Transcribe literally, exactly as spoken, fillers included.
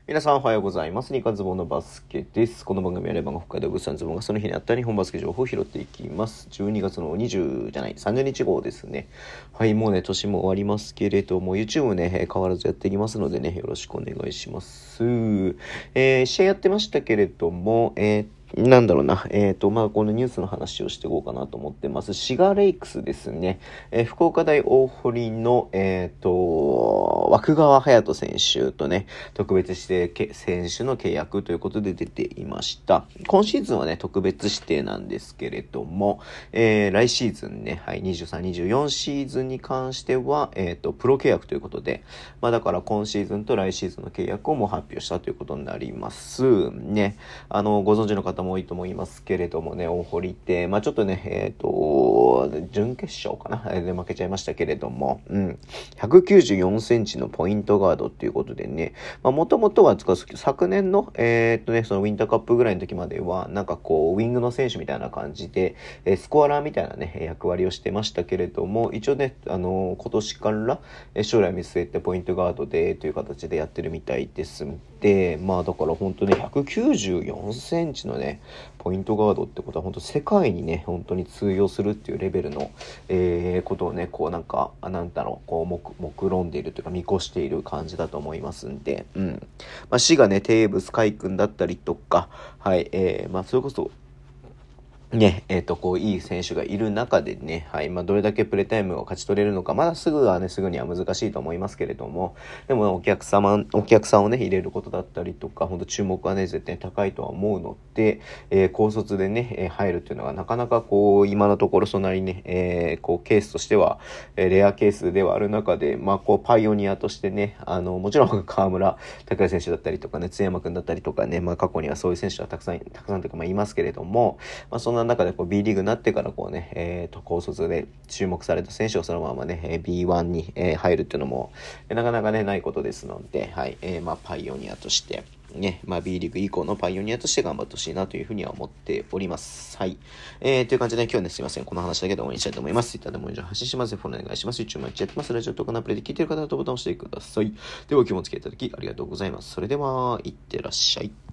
皆さんおはようございます。ニカズボンのバスケです。この番組はレバンが北海道物産ズボンがその日にあった日本バスケ情報を拾っていきます。じゅうにがつのにじゅうじゃないさんじゅうにち号ですね。はい、もうね年も終わりますけれども YouTube ね変わらずやっていきますのでねよろしくお願いします。えー、試合やってましたけれどもえーなんだろうな。えっ、ー、と、まあ、このニュースの話をしていこうかなと思ってます。シガレイクスですね。えー、福岡大大堀の、えっ、ー、と、枠川隼人選手とね、特別指定選手の契約ということで出ていました。今シーズンはね、特別指定なんですけれども、えー、来シーズンね、はい、にじゅうさん、にじゅうよんシーズンに関しては、えっ、ー、と、プロ契約ということで、まあ、だから今シーズンと来シーズンの契約をもう発表したということになります。ね、あの、ご存知の方も多いと思いますけれどもね、大堀って、まあちょっとね、えっ、ー、と、準決勝かなで負けちゃいましたけれども、うん。ひゃくきゅうじゅうよんセンチのポイントガードっていうことでね、まあもともとは、昨年の、えっ、ー、とね、そのウィンターカップぐらいの時までは、なんかこう、ウィングの選手みたいな感じで、えー、スコアラーみたいなね、役割をしてましたけれども、一応ね、あのー、今年から、えー、将来見据えてポイントガードで、という形でやってるみたいです。で、まあだから本当ね、ひゃくきゅうじゅうよんセンチのね、ポイントガードってことは本当世界にね本当に通用するっていうレベルの、えー、ことをねこうなんかなんだろうこう目目論んでいるというか見越している感じだと思いますんで、うんまあ、滋賀ねテーブス海君だったりとかはいえー、まあそれこそね、えっ、ー、と、こう、いい選手がいる中でね、はい、まあ、どれだけプレータイムを勝ち取れるのか、まだすぐはね、すぐには難しいと思いますけれども、でも、お客様、お客さんをね、入れることだったりとか、本当注目はね、絶対高いとは思うので、えー、高卒でね、えー、入るっていうのが、なかなかこう、今のところそんなにね、えー、こう、ケースとしては、えー、レアケースではある中で、まあ、こう、パイオニアとしてね、あの、もちろん、河村拓哉選手だったりとかね、津山君だったりとかね、まあ、過去にはそういう選手はたくさん、たくさんというか、まあ、いますけれども、まあ、そんな中でこう B リーグになってからこうね、えー、と高卒で注目された選手をそのままね ビーワン に、えー、入るっていうのもなかなかねないことですので、はいえー、まあパイオニアとしてね、まあ B リーグ以降のパイオニアとして頑張ってほしいなというふうには思っております。はい。えー、という感じで、今日はね、すいません。この話だけで終わりにしたいと思います。Twitter でも以上発信します。フォローお願いします。YouTube 毎日やってます。ラジオとかのアプリで聞いている方はボタンを押してください。では、今日もお付き合いいただきありがとうございます。それでは、いってらっしゃい。